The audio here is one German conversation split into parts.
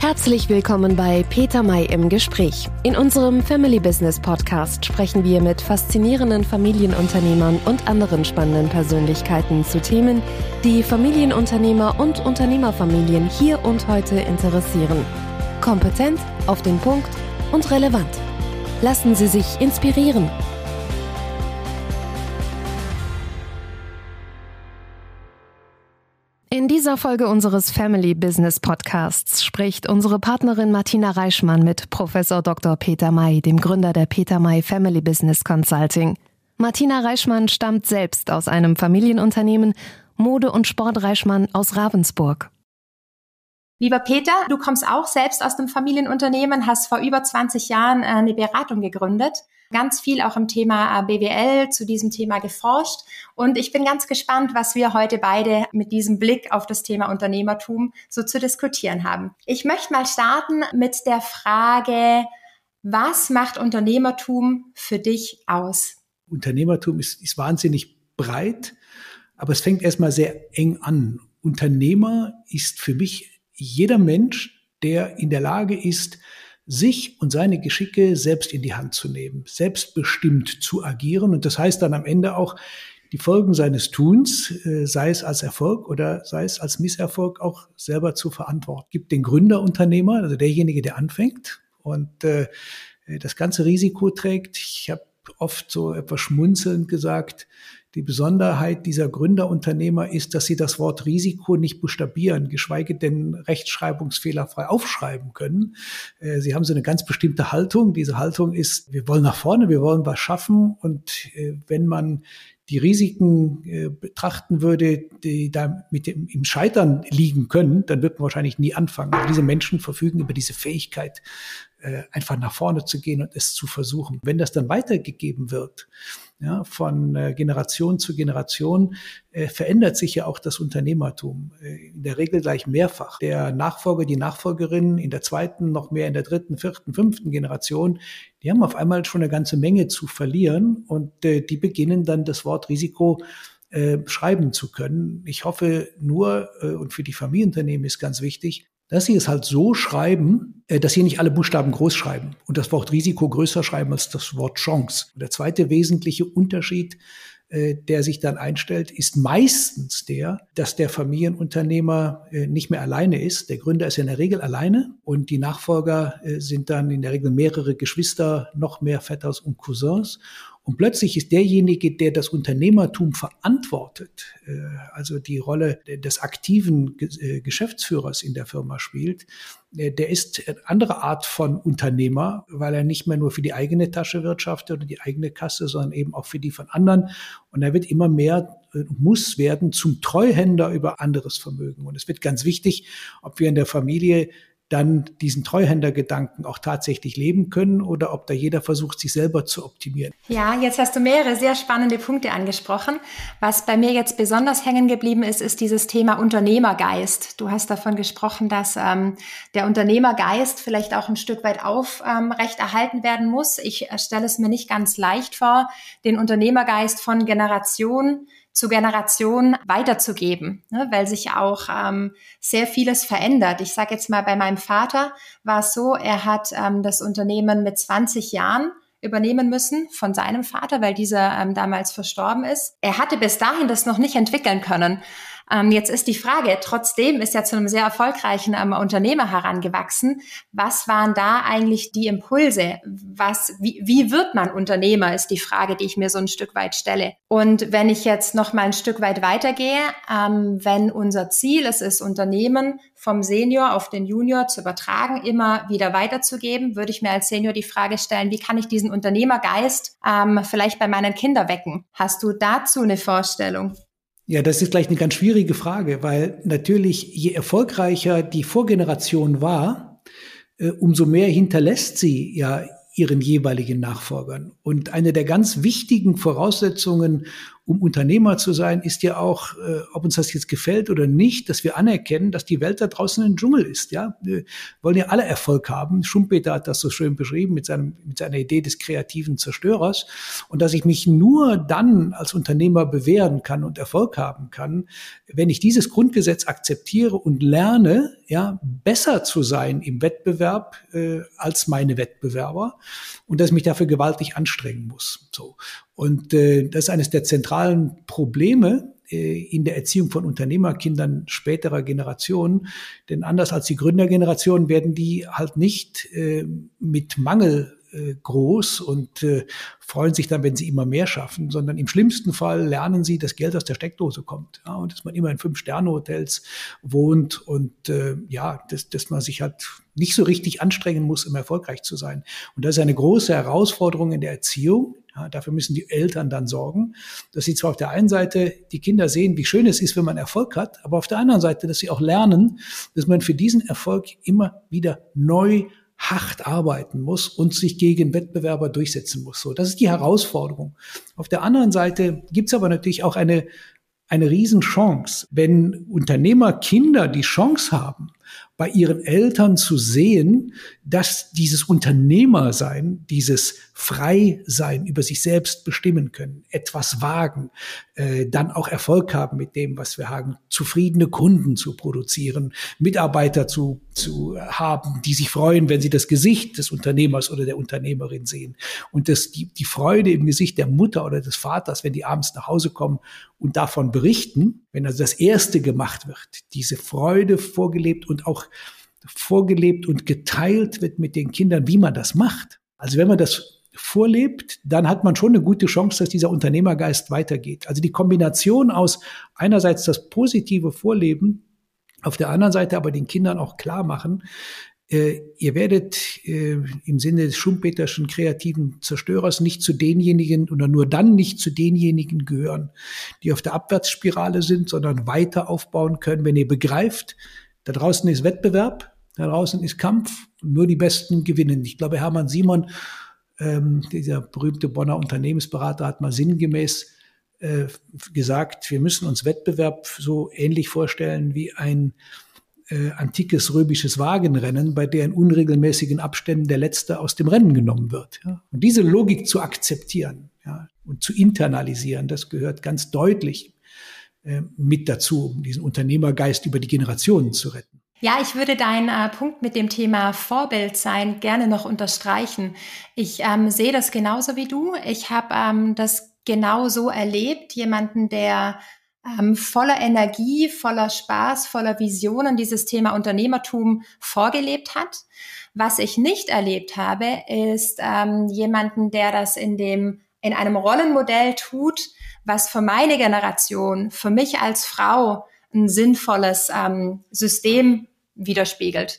Herzlich willkommen bei Peter May im Gespräch. In unserem Family Business Podcast sprechen wir mit faszinierenden Familienunternehmern und anderen spannenden Persönlichkeiten zu Themen, die Familienunternehmer und Unternehmerfamilien hier und heute interessieren. Kompetent, auf den Punkt und relevant. Lassen Sie sich inspirieren. In dieser Folge unseres Family Business Podcasts spricht unsere Partnerin Martina Reischmann mit Professor Dr. Peter May, dem Gründer der Peter May Family Business Consulting. Martina Reischmann stammt selbst aus einem Familienunternehmen, Mode- und Sport Reischmann aus Ravensburg. Lieber Peter, du kommst auch selbst aus dem Familienunternehmen, hast vor über 20 Jahren eine Beratung gegründet, ganz viel auch im Thema BWL zu diesem Thema geforscht und ich bin ganz gespannt, was wir heute beide mit diesem Blick auf das Thema Unternehmertum so zu diskutieren haben. Ich möchte mal starten mit der Frage, was macht Unternehmertum für dich aus? Unternehmertum ist wahnsinnig breit, aber es fängt erstmal sehr eng an. Unternehmer ist für mich jeder Mensch, der in der Lage ist, sich und seine Geschicke selbst in die Hand zu nehmen, selbstbestimmt zu agieren. Und das heißt dann am Ende auch, die Folgen seines Tuns, sei es als Erfolg oder sei es als Misserfolg, auch selber zu verantworten. Es gibt den Gründerunternehmer, also derjenige, der anfängt und das ganze Risiko trägt. Ich habe oft so etwas schmunzelnd gesagt, die Besonderheit dieser Gründerunternehmer ist, dass sie das Wort Risiko nicht buchstabieren, geschweige denn rechtschreibungsfehlerfrei aufschreiben können. Sie haben so eine ganz bestimmte Haltung. Diese Haltung ist, wir wollen nach vorne, wir wollen was schaffen. Und wenn man die Risiken betrachten würde, die da im Scheitern liegen können, dann wird man wahrscheinlich nie anfangen. Also diese Menschen verfügen über diese Fähigkeit, einfach nach vorne zu gehen und es zu versuchen. Wenn das dann weitergegeben wird, ja, von Generation zu Generation, verändert sich ja auch das Unternehmertum. In der Regel gleich mehrfach. Der Nachfolger, die Nachfolgerin in der zweiten, noch mehr in der dritten, vierten, fünften Generation, die haben auf einmal schon eine ganze Menge zu verlieren und die beginnen dann das Wort Risiko schreiben zu können. Ich hoffe nur, und für die Familienunternehmen ist ganz wichtig, dass sie es halt so schreiben, dass sie nicht alle Buchstaben groß schreiben und das Wort Risiko größer schreiben als das Wort Chance. Und der zweite wesentliche Unterschied, der sich dann einstellt, ist meistens dass der Familienunternehmer nicht mehr alleine ist. Der Gründer ist in der Regel alleine und die Nachfolger sind dann in der Regel mehrere Geschwister, noch mehr Vetters und Cousins. Und plötzlich ist derjenige, der das Unternehmertum verantwortet, also die Rolle des aktiven Geschäftsführers in der Firma spielt, der ist eine andere Art von Unternehmer, weil er nicht mehr nur für die eigene Tasche wirtschaftet oder die eigene Kasse, sondern eben auch für die von anderen. Und er wird immer mehr, muss werden zum Treuhänder über anderes Vermögen. Und es wird ganz wichtig, ob wir in der Familie dann diesen Treuhändergedanken auch tatsächlich leben können oder ob da jeder versucht, sich selber zu optimieren. Ja, jetzt hast du mehrere sehr spannende Punkte angesprochen. Was bei mir jetzt besonders hängen geblieben ist, ist dieses Thema Unternehmergeist. Du hast davon gesprochen, dass der Unternehmergeist vielleicht auch ein Stück weit aufrechterhalten werden muss. Ich stelle es mir nicht ganz leicht vor, den Unternehmergeist von Generation zu Generation weiterzugeben, ne, weil sich auch sehr vieles verändert. Ich sage jetzt mal, bei meinem Vater war es so, er hat das Unternehmen mit 20 Jahren übernehmen müssen von seinem Vater, weil dieser damals verstorben ist. Er hatte bis dahin das noch nicht entwickeln können. Jetzt ist die Frage, trotzdem ist er zu einem sehr erfolgreichen Unternehmer herangewachsen. Was waren da eigentlich die Impulse? Wie wird man Unternehmer, ist die Frage, die ich mir so ein Stück weit stelle. Und wenn ich jetzt noch mal ein Stück weit weitergehe, wenn unser Ziel es ist, Unternehmen vom Senior auf den Junior zu übertragen, immer wieder weiterzugeben, würde ich mir als Senior die Frage stellen, wie kann ich diesen Unternehmergeist vielleicht bei meinen Kindern wecken? Hast du dazu eine Vorstellung? Ja, das ist gleich eine ganz schwierige Frage, weil natürlich je erfolgreicher die Vorgeneration war, umso mehr hinterlässt sie ja ihren jeweiligen Nachfolgern. Und eine der ganz wichtigen Voraussetzungen, um Unternehmer zu sein, ist ja auch, ob uns das jetzt gefällt oder nicht, dass wir anerkennen, dass die Welt da draußen ein Dschungel ist. Ja, wir wollen ja alle Erfolg haben. Schumpeter hat das so schön beschrieben mit seiner Idee des kreativen Zerstörers. Und dass ich mich nur dann als Unternehmer bewähren kann und Erfolg haben kann, wenn ich dieses Grundgesetz akzeptiere und lerne, ja, besser zu sein im Wettbewerb als meine Wettbewerber und dass ich mich dafür gewaltig anstrengen muss. So. Und das ist eines der zentralen Probleme in der Erziehung von Unternehmerkindern späterer Generationen. Denn anders als die Gründergeneration werden die halt nicht mit Mangel groß und freuen sich dann, wenn sie immer mehr schaffen, sondern im schlimmsten Fall lernen sie, dass Geld aus der Steckdose kommt, ja, und dass man immer in 5-Sterne-Hotels wohnt und dass man sich halt nicht so richtig anstrengen muss, um erfolgreich zu sein. Und das ist eine große Herausforderung in der Erziehung. Ja, dafür müssen die Eltern dann sorgen, dass sie zwar auf der einen Seite die Kinder sehen, wie schön es ist, wenn man Erfolg hat, aber auf der anderen Seite, dass sie auch lernen, dass man für diesen Erfolg immer wieder neu hart arbeiten muss und sich gegen Wettbewerber durchsetzen muss. So, das ist die Herausforderung. Auf der anderen Seite gibt es aber natürlich auch eine Riesenchance, wenn Unternehmerkinder die Chance haben, bei ihren Eltern zu sehen, dass dieses Unternehmersein, dieses Freisein, über sich selbst bestimmen können, etwas wagen, dann auch Erfolg haben mit dem, was wir haben, zufriedene Kunden zu produzieren, Mitarbeiter zu haben, die sich freuen, wenn sie das Gesicht des Unternehmers oder der Unternehmerin sehen. Und die Freude im Gesicht der Mutter oder des Vaters, wenn die abends nach Hause kommen und davon berichten, wenn also das Erste gemacht wird, diese Freude vorgelebt und geteilt wird mit den Kindern, wie man das macht. Also wenn man das vorlebt, dann hat man schon eine gute Chance, dass dieser Unternehmergeist weitergeht. Also die Kombination aus einerseits das positive Vorleben, auf der anderen Seite aber den Kindern auch klar machen, ihr werdet im Sinne des Schumpeterschen kreativen Zerstörers nicht zu denjenigen oder nur dann nicht zu denjenigen gehören, die auf der Abwärtsspirale sind, sondern weiter aufbauen können, wenn ihr begreift, da draußen ist Wettbewerb, da draußen ist Kampf und nur die Besten gewinnen. Ich glaube, Hermann Simon, dieser berühmte Bonner Unternehmensberater, hat mal sinngemäß gesagt, wir müssen uns Wettbewerb so ähnlich vorstellen wie ein antikes römisches Wagenrennen, bei der in unregelmäßigen Abständen der Letzte aus dem Rennen genommen wird. Ja. Und diese Logik zu akzeptieren, ja, und zu internalisieren, das gehört ganz deutlich mit dazu, um diesen Unternehmergeist über die Generationen zu retten. Ja, ich würde deinen Punkt mit dem Thema Vorbild sein gerne noch unterstreichen. Ich sehe das genauso wie du. Ich habe das genauso erlebt, jemanden, der voller Energie, voller Spaß, voller Visionen dieses Thema Unternehmertum vorgelebt hat. Was ich nicht erlebt habe, ist jemanden, der das in einem Rollenmodell tut, was für meine Generation, für mich als Frau ein sinnvolles System widerspiegelt.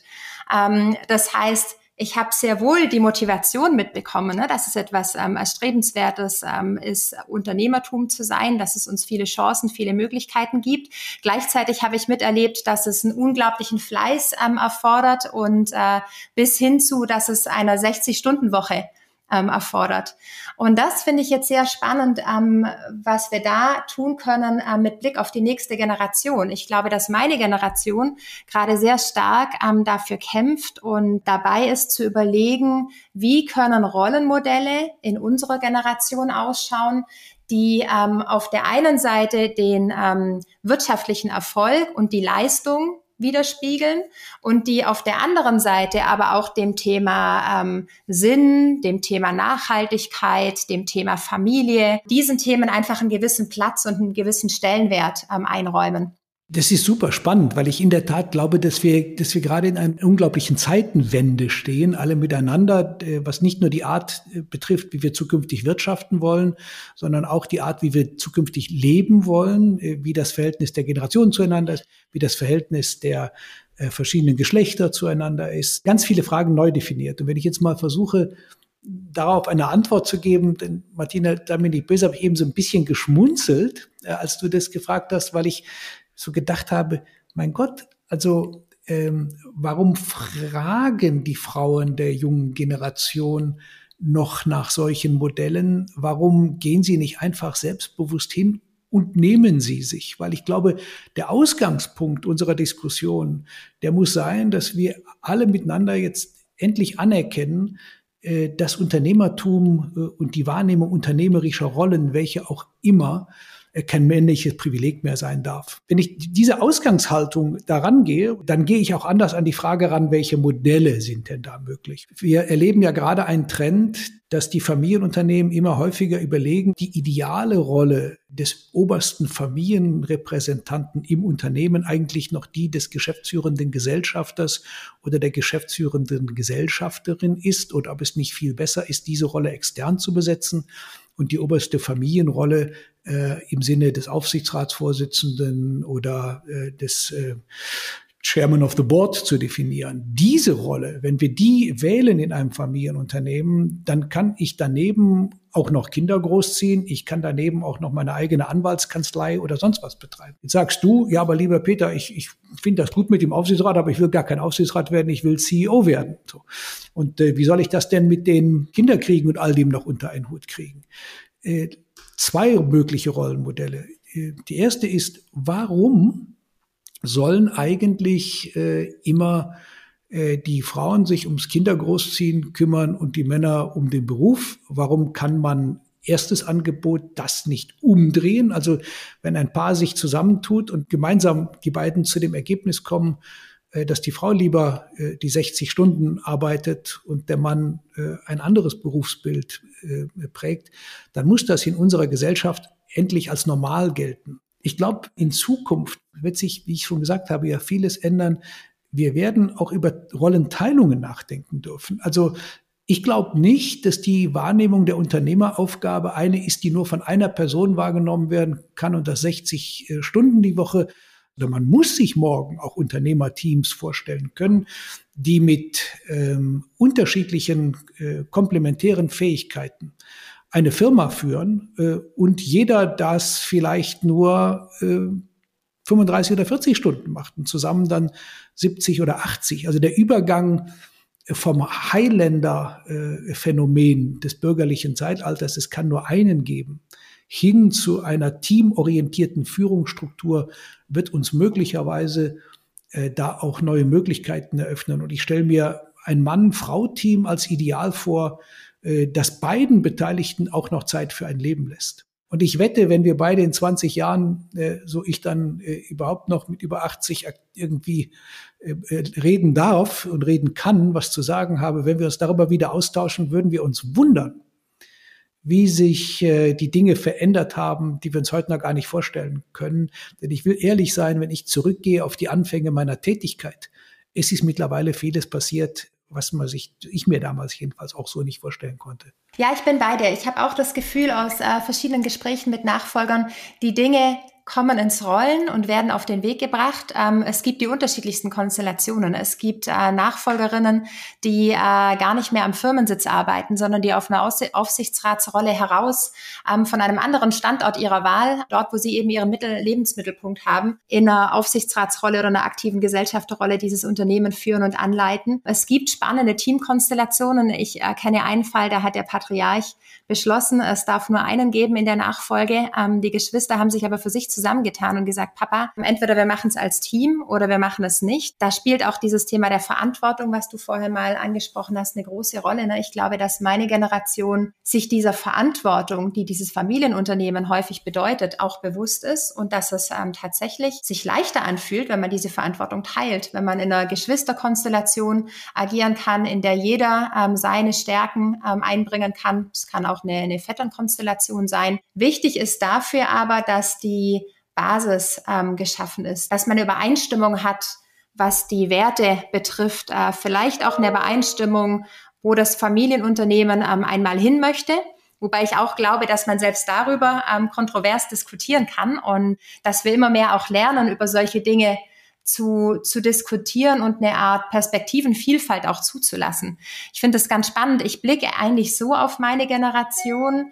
Das heißt, ich habe sehr wohl die Motivation mitbekommen, dass es etwas Erstrebenswertes ist, Unternehmertum zu sein, dass es uns viele Chancen, viele Möglichkeiten gibt. Gleichzeitig habe ich miterlebt, dass es einen unglaublichen Fleiß erfordert und bis hin zu, dass es einer 60-Stunden-Woche erfordert. Und das finde ich jetzt sehr spannend, was wir da tun können mit Blick auf die nächste Generation. Ich glaube, dass meine Generation gerade sehr stark dafür kämpft und dabei ist zu überlegen, wie können Rollenmodelle in unserer Generation ausschauen, die auf der einen Seite den wirtschaftlichen Erfolg und die Leistung widerspiegeln und die auf der anderen Seite aber auch dem Thema Sinn, dem Thema Nachhaltigkeit, dem Thema Familie, diesen Themen einfach einen gewissen Platz und einen gewissen Stellenwert einräumen. Das ist super spannend, weil ich in der Tat glaube, dass wir gerade in einer unglaublichen Zeitenwende stehen, alle miteinander, was nicht nur die Art betrifft, wie wir zukünftig wirtschaften wollen, sondern auch die Art, wie wir zukünftig leben wollen, wie das Verhältnis der Generationen zueinander ist, wie das Verhältnis der verschiedenen Geschlechter zueinander ist. Ganz viele Fragen neu definiert. Und wenn ich jetzt mal versuche, darauf eine Antwort zu geben, denn Martina, da bin ich böse, habe ich eben so ein bisschen geschmunzelt, als du das gefragt hast, weil ich so gedacht habe, mein Gott, also warum fragen die Frauen der jungen Generation noch nach solchen Modellen? Warum gehen Sie nicht einfach selbstbewusst hin und nehmen Sie sich? Weil ich glaube, der Ausgangspunkt unserer Diskussion, der muss sein, dass wir alle miteinander jetzt endlich anerkennen, dass Unternehmertum und die Wahrnehmung unternehmerischer Rollen, welche auch immer, kein männliches Privileg mehr sein darf. Wenn ich diese Ausgangshaltung daran gehe, dann gehe ich auch anders an die Frage ran, welche Modelle sind denn da möglich? Wir erleben ja gerade einen Trend, dass die Familienunternehmen immer häufiger überlegen, die ideale Rolle des obersten Familienrepräsentanten im Unternehmen eigentlich noch die des geschäftsführenden Gesellschafters oder der geschäftsführenden Gesellschafterin ist, oder ob es nicht viel besser ist, diese Rolle extern zu besetzen und die oberste Familienrolle im Sinne des Aufsichtsratsvorsitzenden oder des Chairman of the Board zu definieren. Diese Rolle, wenn wir die wählen in einem Familienunternehmen, dann kann ich daneben auch noch Kinder großziehen. Ich kann daneben auch noch meine eigene Anwaltskanzlei oder sonst was betreiben. Jetzt sagst du, ja, aber lieber Peter, ich finde das gut mit dem Aufsichtsrat, aber ich will gar kein Aufsichtsrat werden, ich will CEO werden. So. Und wie soll ich das denn mit den Kinderkriegen und all dem noch unter einen Hut kriegen? Zwei mögliche Rollenmodelle. Die erste ist, warum sollen eigentlich immer die Frauen sich ums Kindergroßziehen kümmern und die Männer um den Beruf? Warum kann man erstes Angebot das nicht umdrehen? Also wenn ein Paar sich zusammentut und gemeinsam die beiden zu dem Ergebnis kommen, dass die Frau lieber die 60 Stunden arbeitet und der Mann ein anderes Berufsbild prägt, dann muss das in unserer Gesellschaft endlich als normal gelten. Ich glaube, in Zukunft wird sich, wie ich schon gesagt habe, ja vieles ändern. Wir werden auch über Rollenteilungen nachdenken dürfen. Also ich glaube nicht, dass die Wahrnehmung der Unternehmeraufgabe eine ist, die nur von einer Person wahrgenommen werden kann und das 60 Stunden die Woche. Oder man muss sich morgen auch Unternehmerteams vorstellen können, die mit unterschiedlichen komplementären Fähigkeiten eine Firma führen und jeder das vielleicht nur 35 oder 40 Stunden macht und zusammen dann 70 oder 80. Also der Übergang vom Highlander-Phänomen des bürgerlichen Zeitalters, es kann nur einen geben, hin zu einer teamorientierten Führungsstruktur wird uns möglicherweise da auch neue Möglichkeiten eröffnen. Und ich stelle mir ein Mann-Frau-Team als Ideal vor, das beiden Beteiligten auch noch Zeit für ein Leben lässt. Und ich wette, wenn wir beide in 20 Jahren, so ich dann überhaupt noch mit über 80 irgendwie reden darf und reden kann, was zu sagen habe, wenn wir uns darüber wieder austauschen, würden wir uns wundern, wie sich die Dinge verändert haben, die wir uns heute noch gar nicht vorstellen können. Denn ich will ehrlich sein, wenn ich zurückgehe auf die Anfänge meiner Tätigkeit, es ist mittlerweile vieles passiert, was ich mir damals jedenfalls auch so nicht vorstellen konnte. Ja, ich bin bei dir. Ich habe auch das Gefühl aus verschiedenen Gesprächen mit Nachfolgern, die Dinge kommen ins Rollen und werden auf den Weg gebracht. Es gibt die unterschiedlichsten Konstellationen. Es gibt Nachfolgerinnen, die gar nicht mehr am Firmensitz arbeiten, sondern die auf einer Aufsichtsratsrolle heraus von einem anderen Standort ihrer Wahl, dort wo sie eben ihren Lebensmittelpunkt haben, in einer Aufsichtsratsrolle oder einer aktiven Gesellschafterrolle dieses Unternehmen führen und anleiten. Es gibt spannende Teamkonstellationen. Ich kenne einen Fall, da hat der Patriarch beschlossen, es darf nur einen geben in der Nachfolge. Die Geschwister haben sich aber für sich zusammengetan und gesagt, Papa, entweder wir machen es als Team oder wir machen es nicht. Da spielt auch dieses Thema der Verantwortung, was du vorher mal angesprochen hast, eine große Rolle. Ich glaube, dass meine Generation sich dieser Verantwortung, die dieses Familienunternehmen häufig bedeutet, auch bewusst ist und dass es tatsächlich sich leichter anfühlt, wenn man diese Verantwortung teilt, wenn man in einer Geschwisterkonstellation agieren kann, in der jeder seine Stärken einbringen kann. Es kann auch eine Vetternkonstellation sein. Wichtig ist dafür aber, dass die Basis geschaffen ist, dass man eine Übereinstimmung hat, was die Werte betrifft, vielleicht auch eine Übereinstimmung, wo das Familienunternehmen einmal hin möchte, wobei ich auch glaube, dass man selbst darüber kontrovers diskutieren kann und dass wir immer mehr auch lernen, über solche Dinge zu diskutieren und eine Art Perspektivenvielfalt auch zuzulassen. Ich finde das ganz spannend. Ich blicke eigentlich so auf meine Generation,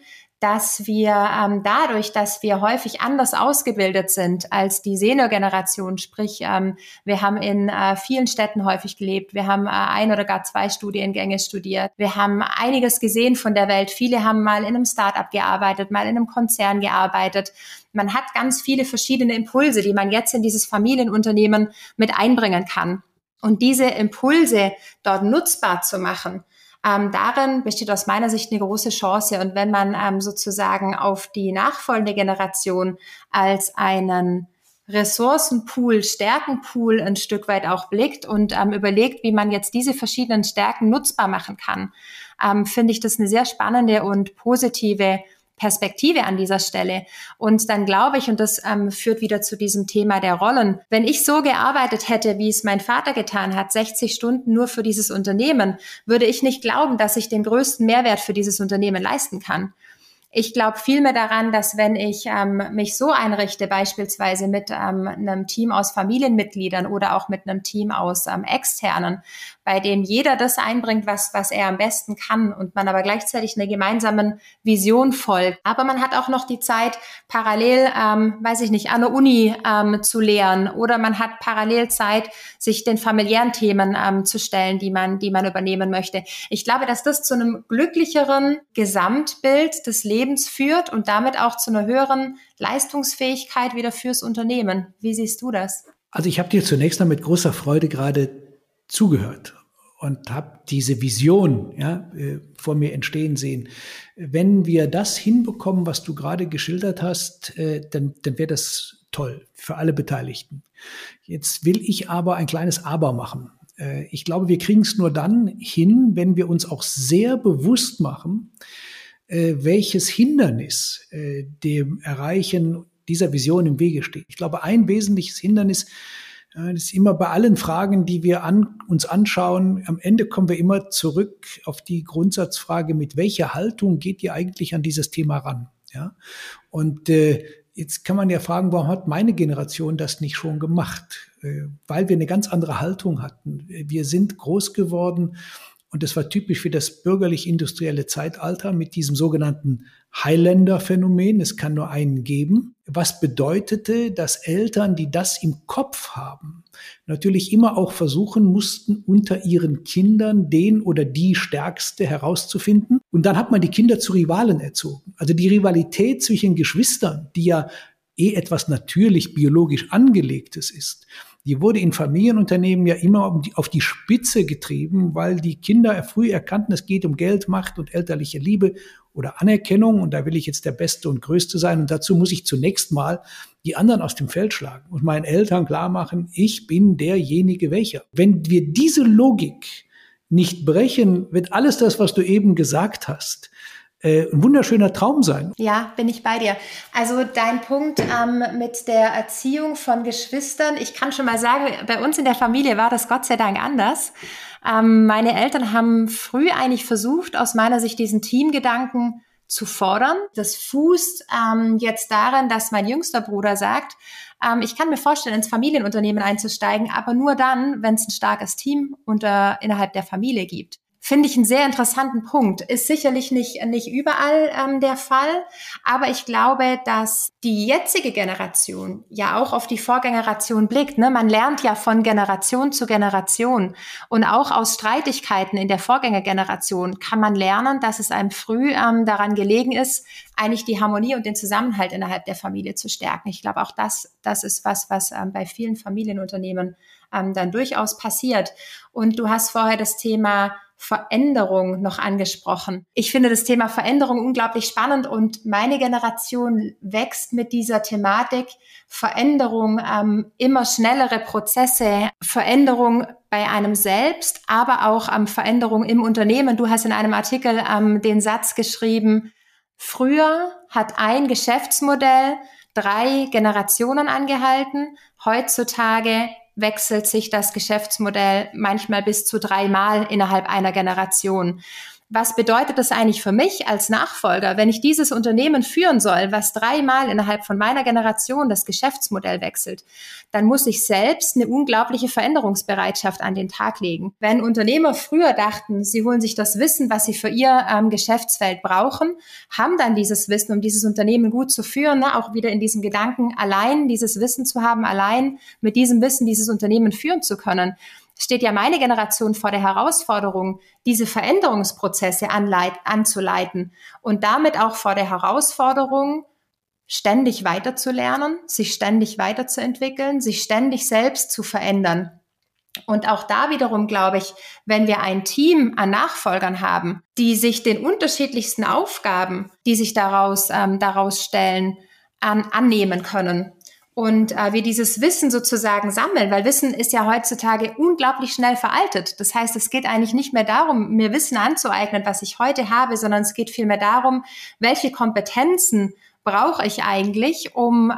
dass wir dadurch, dass wir häufig anders ausgebildet sind als die Senior-Generation, sprich wir haben in vielen Städten häufig gelebt, wir haben 1 oder gar 2 Studiengänge studiert, wir haben einiges gesehen von der Welt, viele haben mal in einem Start-up gearbeitet, mal in einem Konzern gearbeitet. Man hat ganz viele verschiedene Impulse, die man jetzt in dieses Familienunternehmen mit einbringen kann. Und diese Impulse dort nutzbar zu machen, darin besteht aus meiner Sicht eine große Chance. Und wenn man sozusagen auf die nachfolgende Generation als einen Ressourcenpool, Stärkenpool ein Stück weit auch blickt und überlegt, wie man jetzt diese verschiedenen Stärken nutzbar machen kann, finde ich das eine sehr spannende und positive Perspektive an dieser Stelle. Und dann glaube ich, und das führt wieder zu diesem Thema der Rollen, wenn ich so gearbeitet hätte, wie es mein Vater getan hat, 60 Stunden nur für dieses Unternehmen, würde ich nicht glauben, dass ich den größten Mehrwert für dieses Unternehmen leisten kann. Ich glaube vielmehr daran, dass wenn ich mich so einrichte, beispielsweise mit einem Team aus Familienmitgliedern oder auch mit einem Team aus Externen, bei dem jeder das einbringt, was er am besten kann und man aber gleichzeitig einer gemeinsamen Vision folgt. Aber man hat auch noch die Zeit, parallel, an der Uni zu lehren, oder man hat parallel Zeit, sich den familiären Themen zu stellen, die man übernehmen möchte. Ich glaube, dass das zu einem glücklicheren Gesamtbild des Lebens führt und damit auch zu einer höheren Leistungsfähigkeit wieder fürs Unternehmen. Wie siehst du das? Also ich habe dir zunächst mal mit großer Freude gerade zugehört und habe diese Vision vor mir entstehen sehen. Wenn wir das hinbekommen, was du gerade geschildert hast, dann wäre das toll für alle Beteiligten. Jetzt will ich aber ein kleines Aber machen. Ich glaube, wir kriegen es nur dann hin, wenn wir uns auch sehr bewusst machen, welches Hindernis dem Erreichen dieser Vision im Wege steht. Ich glaube, ein wesentliches Hindernis, das ist immer bei allen Fragen, die wir uns anschauen, am Ende kommen wir immer zurück auf die Grundsatzfrage, mit welcher Haltung geht ihr eigentlich an dieses Thema ran? Ja? Und jetzt kann man ja fragen, warum hat meine Generation das nicht schon gemacht? Weil wir eine ganz andere Haltung hatten. Wir sind groß geworden, und das war typisch für das bürgerlich-industrielle Zeitalter mit diesem sogenannten Highlander-Phänomen. Es kann nur einen geben. Was bedeutete, dass Eltern, die das im Kopf haben, natürlich immer auch versuchen mussten, unter ihren Kindern den oder die Stärkste herauszufinden. Und dann hat man die Kinder zu Rivalen erzogen. Also die Rivalität zwischen Geschwistern, die ja etwas natürlich biologisch Angelegtes ist, die wurde in Familienunternehmen ja immer auf die Spitze getrieben, weil die Kinder früh erkannten, es geht um Geld, Macht und elterliche Liebe oder Anerkennung. Und da will ich jetzt der Beste und Größte sein. Und dazu muss ich zunächst mal die anderen aus dem Feld schlagen und meinen Eltern klar machen, ich bin derjenige welcher. Wenn wir diese Logik nicht brechen, wird alles das, was du eben gesagt hast, ein wunderschöner Traum sein. Ja, bin ich bei dir. Also dein Punkt mit der Erziehung von Geschwistern, ich kann schon mal sagen, bei uns in der Familie war das Gott sei Dank anders. Meine Eltern haben früh eigentlich versucht, aus meiner Sicht diesen Teamgedanken zu fordern. Das fußt jetzt darin, dass mein jüngster Bruder sagt, ich kann mir vorstellen, ins Familienunternehmen einzusteigen, aber nur dann, wenn es ein starkes Team innerhalb der Familie gibt. Finde ich einen sehr interessanten Punkt. Ist sicherlich nicht überall der Fall, aber ich glaube, dass die jetzige Generation ja auch auf die Vorgängeration blickt. Ne? Man lernt ja von Generation zu Generation und auch aus Streitigkeiten in der Vorgängergeneration kann man lernen, dass es einem früh daran gelegen ist, eigentlich die Harmonie und den Zusammenhalt innerhalb der Familie zu stärken. Ich glaube, auch das ist was bei vielen Familienunternehmen dann durchaus passiert. Und du hast vorher das Thema Veränderung noch angesprochen. Ich finde das Thema Veränderung unglaublich spannend und meine Generation wächst mit dieser Thematik Veränderung, immer schnellere Prozesse, Veränderung bei einem selbst, aber auch Veränderung im Unternehmen. Du hast in einem Artikel den Satz geschrieben, früher hat ein Geschäftsmodell 3 Generationen angehalten, heutzutage wechselt sich das Geschäftsmodell manchmal bis zu 3 Mal innerhalb einer Generation. was bedeutet das eigentlich für mich als Nachfolger, wenn ich dieses Unternehmen führen soll, was 3-mal innerhalb von meiner Generation das Geschäftsmodell wechselt, dann muss ich selbst eine unglaubliche Veränderungsbereitschaft an den Tag legen. Wenn Unternehmer früher dachten, sie holen sich das Wissen, was sie für ihr Geschäftsfeld brauchen, haben dann dieses Wissen, um dieses Unternehmen gut zu führen, ne? Auch wieder in diesem Gedanken, allein dieses Wissen zu haben, allein mit diesem Wissen dieses Unternehmen führen zu können, steht ja meine Generation vor der Herausforderung, diese Veränderungsprozesse anzuleiten und damit auch vor der Herausforderung, ständig weiterzulernen, sich ständig weiterzuentwickeln, sich ständig selbst zu verändern. Und auch da wiederum glaube ich, wenn wir ein Team an Nachfolgern haben, die sich den unterschiedlichsten Aufgaben, die sich daraus stellen, annehmen können, und wir dieses Wissen sozusagen sammeln, weil Wissen ist ja heutzutage unglaublich schnell veraltet. Das heißt, es geht eigentlich nicht mehr darum, mir Wissen anzueignen, was ich heute habe, sondern es geht vielmehr darum, welche Kompetenzen brauche ich eigentlich, um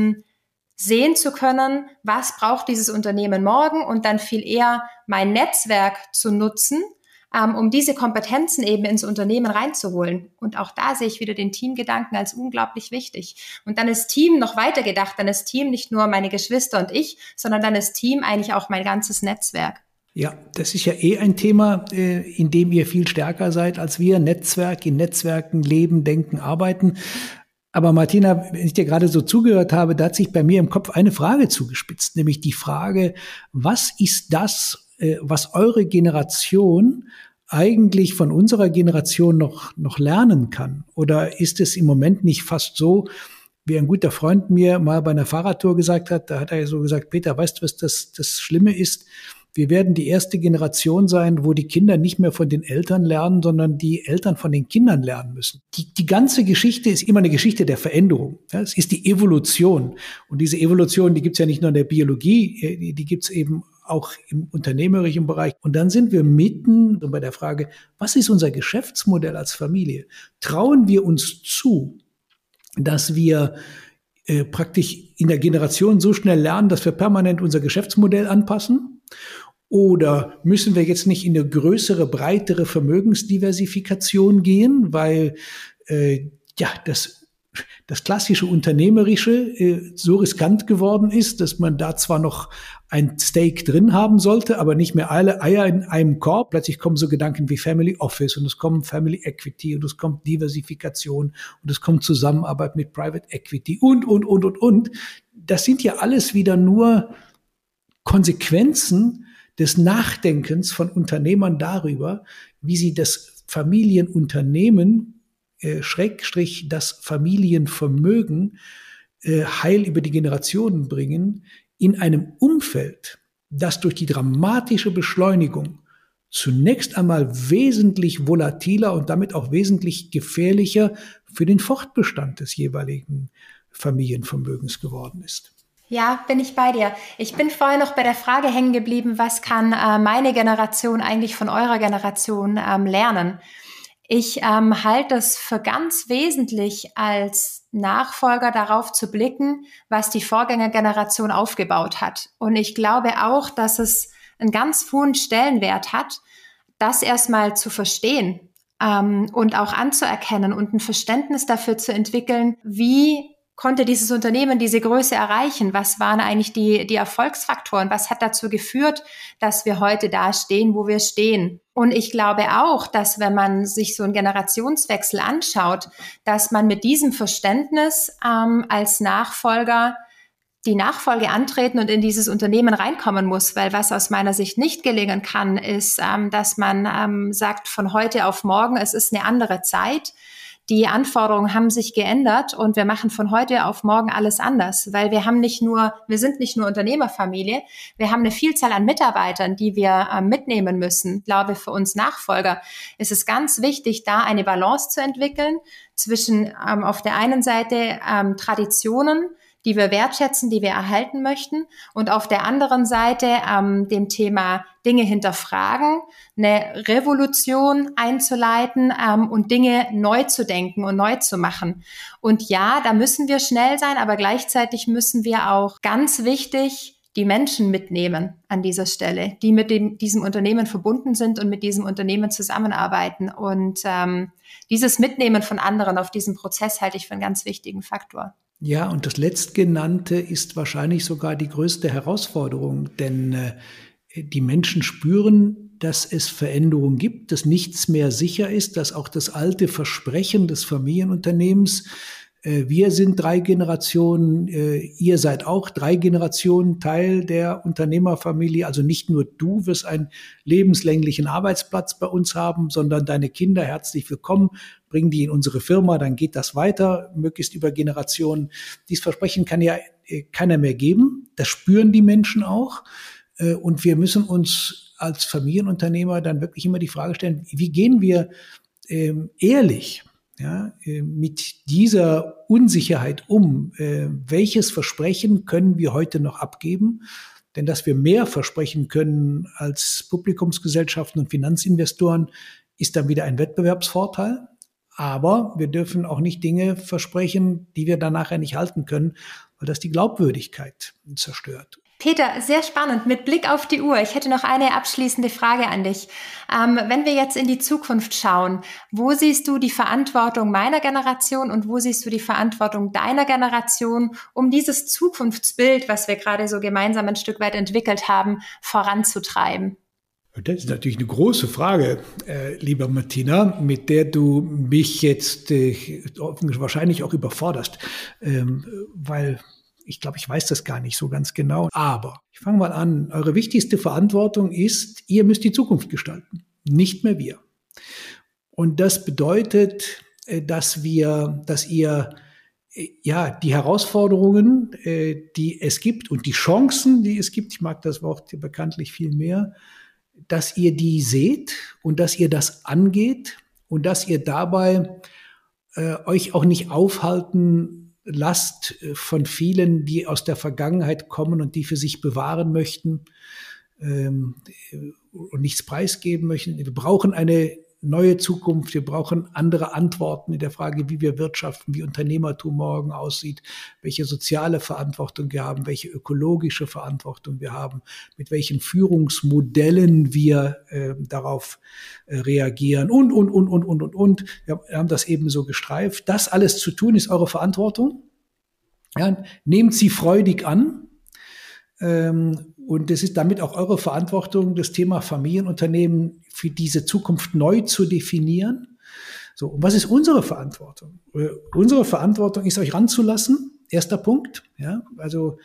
sehen zu können, was braucht dieses Unternehmen morgen, und dann viel eher mein Netzwerk zu nutzen, um diese Kompetenzen eben ins Unternehmen reinzuholen. Und auch da sehe ich wieder den Teamgedanken als unglaublich wichtig. Und dann ist Team noch weiter gedacht, dann ist Team nicht nur meine Geschwister und ich, sondern dann ist Team eigentlich auch mein ganzes Netzwerk. Ja, das ist ja ein Thema, in dem ihr viel stärker seid als wir. Netzwerk, in Netzwerken leben, denken, arbeiten. Aber Martina, wenn ich dir gerade so zugehört habe, da hat sich bei mir im Kopf eine Frage zugespitzt, nämlich die Frage, was ist das, was eure Generation eigentlich von unserer Generation noch lernen kann? Oder ist es im Moment nicht fast so, wie ein guter Freund mir mal bei einer Fahrradtour gesagt hat, da hat er so gesagt, Peter, weißt du, was das Schlimme ist? Wir werden die erste Generation sein, wo die Kinder nicht mehr von den Eltern lernen, sondern die Eltern von den Kindern lernen müssen. Die ganze Geschichte ist immer eine Geschichte der Veränderung. Ja, es ist die Evolution. Und diese Evolution, die gibt's ja nicht nur in der Biologie, die gibt's eben auch im unternehmerischen Bereich. Und dann sind wir mitten bei der Frage, was ist unser Geschäftsmodell als Familie? Trauen wir uns zu, dass wir praktisch in der Generation so schnell lernen, dass wir permanent unser Geschäftsmodell anpassen? Oder müssen wir jetzt nicht in eine größere, breitere Vermögensdiversifikation gehen, weil das klassische Unternehmerische so riskant geworden ist, dass man da zwar noch ein Stake drin haben sollte, aber nicht mehr alle Eier in einem Korb. Plötzlich kommen so Gedanken wie Family Office und es kommt Family Equity und es kommt Diversifikation und es kommt Zusammenarbeit mit Private Equity und. Das sind ja alles wieder nur Konsequenzen des Nachdenkens von Unternehmern darüber, wie sie das Familienunternehmen Schrägstrich das Familienvermögen heil über die Generationen bringen, in einem Umfeld, das durch die dramatische Beschleunigung zunächst einmal wesentlich volatiler und damit auch wesentlich gefährlicher für den Fortbestand des jeweiligen Familienvermögens geworden ist. Ja, bin ich bei dir. Ich bin vorher noch bei der Frage hängen geblieben, was kann meine Generation eigentlich von eurer Generation lernen? Ich halte es für ganz wesentlich, als Nachfolger darauf zu blicken, was die Vorgängergeneration aufgebaut hat. Und ich glaube auch, dass es einen ganz hohen Stellenwert hat, das erstmal zu verstehen und auch anzuerkennen und ein Verständnis dafür zu entwickeln, wie konnte dieses Unternehmen diese Größe erreichen? Was waren eigentlich die Erfolgsfaktoren? Was hat dazu geführt, dass wir heute da stehen, wo wir stehen? Und ich glaube auch, dass wenn man sich so einen Generationswechsel anschaut, dass man mit diesem Verständnis als Nachfolger die Nachfolge antreten und in dieses Unternehmen reinkommen muss, weil was aus meiner Sicht nicht gelingen kann, ist, dass man sagt, von heute auf morgen, es ist eine andere Zeit. Die Anforderungen haben sich geändert und wir machen von heute auf morgen alles anders, weil wir sind nicht nur Unternehmerfamilie, wir haben eine Vielzahl an Mitarbeitern, die wir mitnehmen müssen. Ich glaube, für uns Nachfolger ist es ganz wichtig, da eine Balance zu entwickeln zwischen auf der einen Seite Traditionen, die wir wertschätzen, die wir erhalten möchten, und auf der anderen Seite dem Thema Dinge hinterfragen, eine Revolution einzuleiten und Dinge neu zu denken und neu zu machen. Und ja, da müssen wir schnell sein, aber gleichzeitig müssen wir auch ganz wichtig die Menschen mitnehmen an dieser Stelle, die mit diesem Unternehmen verbunden sind und mit diesem Unternehmen zusammenarbeiten. Und dieses Mitnehmen von anderen auf diesem Prozess halte ich für einen ganz wichtigen Faktor. Ja, und das Letztgenannte ist wahrscheinlich sogar die größte Herausforderung, denn die Menschen spüren, dass es Veränderungen gibt, dass nichts mehr sicher ist, dass auch das alte Versprechen des Familienunternehmens, wir sind 3 Generationen, ihr seid auch 3 Generationen Teil der Unternehmerfamilie. Also nicht nur du wirst einen lebenslänglichen Arbeitsplatz bei uns haben, sondern deine Kinder herzlich willkommen, bring die in unsere Firma, dann geht das weiter, möglichst über Generationen. Dieses Versprechen kann ja keiner mehr geben. Das spüren die Menschen auch. Und wir müssen uns als Familienunternehmer dann wirklich immer die Frage stellen, wie gehen wir ehrlich mit dieser Unsicherheit um? Welches Versprechen können wir heute noch abgeben? Denn dass wir mehr versprechen können als Publikumsgesellschaften und Finanzinvestoren, ist dann wieder ein Wettbewerbsvorteil. Aber wir dürfen auch nicht Dinge versprechen, die wir dann nachher nicht halten können, weil das die Glaubwürdigkeit zerstört. Peter, sehr spannend. Mit Blick auf die Uhr. Ich hätte noch eine abschließende Frage an dich. Wenn wir jetzt in die Zukunft schauen, wo siehst du die Verantwortung meiner Generation und wo siehst du die Verantwortung deiner Generation, um dieses Zukunftsbild, was wir gerade so gemeinsam ein Stück weit entwickelt haben, voranzutreiben? Das ist natürlich eine große Frage, lieber Martina, mit der du mich jetzt wahrscheinlich auch überforderst, weil ich glaube, ich weiß das gar nicht so ganz genau. Aber ich fange mal an. Eure wichtigste Verantwortung ist, ihr müsst die Zukunft gestalten, nicht mehr wir. Und das bedeutet, dass ihr die Herausforderungen, die es gibt und die Chancen, die es gibt, ich mag das Wort bekanntlich viel mehr, dass ihr die seht und dass ihr das angeht und dass ihr dabei euch auch nicht aufhalten lasst von vielen, die aus der Vergangenheit kommen und die für sich bewahren möchten und nichts preisgeben möchten. Wir brauchen eine neue Zukunft, wir brauchen andere Antworten in der Frage, wie wir wirtschaften, wie Unternehmertum morgen aussieht, welche soziale Verantwortung wir haben, welche ökologische Verantwortung wir haben, mit welchen Führungsmodellen wir darauf reagieren und. Wir haben das eben so gestreift. Das alles zu tun, ist eure Verantwortung. Ja, nehmt sie freudig an. Und es ist damit auch eure Verantwortung, das Thema Familienunternehmen für diese Zukunft neu zu definieren. So, und was ist unsere Verantwortung? Unsere Verantwortung ist, euch ranzulassen. Erster Punkt. Ja, also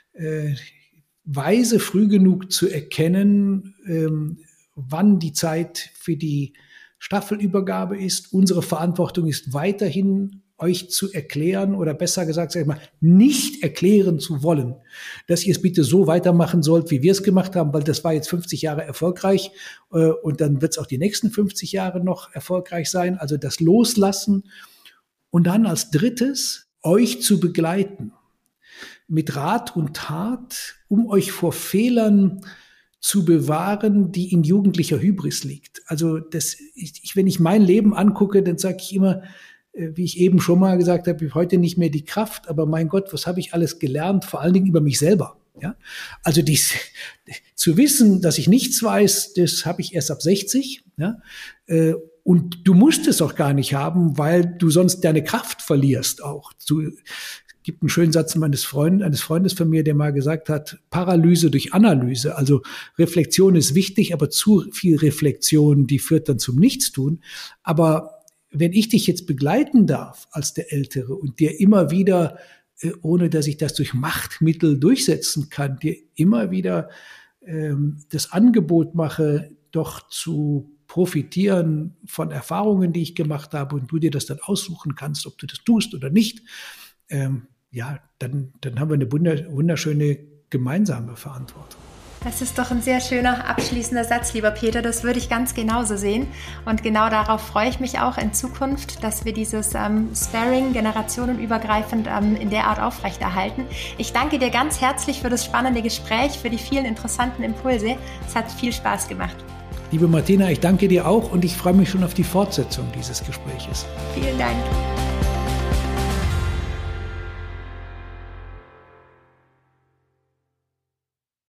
weise früh genug zu erkennen, wann die Zeit für die Staffelübergabe ist. Unsere Verantwortung ist weiterhin, euch zu erklären oder besser gesagt, sag ich mal, nicht erklären zu wollen, dass ihr es bitte so weitermachen sollt, wie wir es gemacht haben, weil das war jetzt 50 Jahre erfolgreich und dann wird es auch die nächsten 50 Jahre noch erfolgreich sein. Also das Loslassen und dann als drittes euch zu begleiten mit Rat und Tat, um euch vor Fehlern zu bewahren, die in jugendlicher Hybris liegt. Also wenn ich mein Leben angucke, dann sage ich immer, wie ich eben schon mal gesagt habe, ich habe heute nicht mehr die Kraft, aber mein Gott, was habe ich alles gelernt, vor allen Dingen über mich selber. Ja? Also zu wissen, dass ich nichts weiß, das habe ich erst ab 60. Ja? Und du musst es auch gar nicht haben, weil du sonst deine Kraft verlierst auch. Es gibt einen schönen Satz eines Freundes von mir, der mal gesagt hat, Paralyse durch Analyse. Also Reflexion ist wichtig, aber zu viel Reflexion, die führt dann zum Nichtstun. Aber wenn ich dich jetzt begleiten darf als der Ältere und dir immer wieder, ohne dass ich das durch Machtmittel durchsetzen kann, dir immer wieder das Angebot mache, doch zu profitieren von Erfahrungen, die ich gemacht habe und du dir das dann aussuchen kannst, ob du das tust oder nicht, dann haben wir eine wunderschöne gemeinsame Verantwortung. Das ist doch ein sehr schöner abschließender Satz, lieber Peter. Das würde ich ganz genauso sehen. Und genau darauf freue ich mich auch in Zukunft, dass wir dieses Sparring generationenübergreifend in der Art aufrechterhalten. Ich danke dir ganz herzlich für das spannende Gespräch, für die vielen interessanten Impulse. Es hat viel Spaß gemacht. Liebe Martina, ich danke dir auch und ich freue mich schon auf die Fortsetzung dieses Gespräches. Vielen Dank.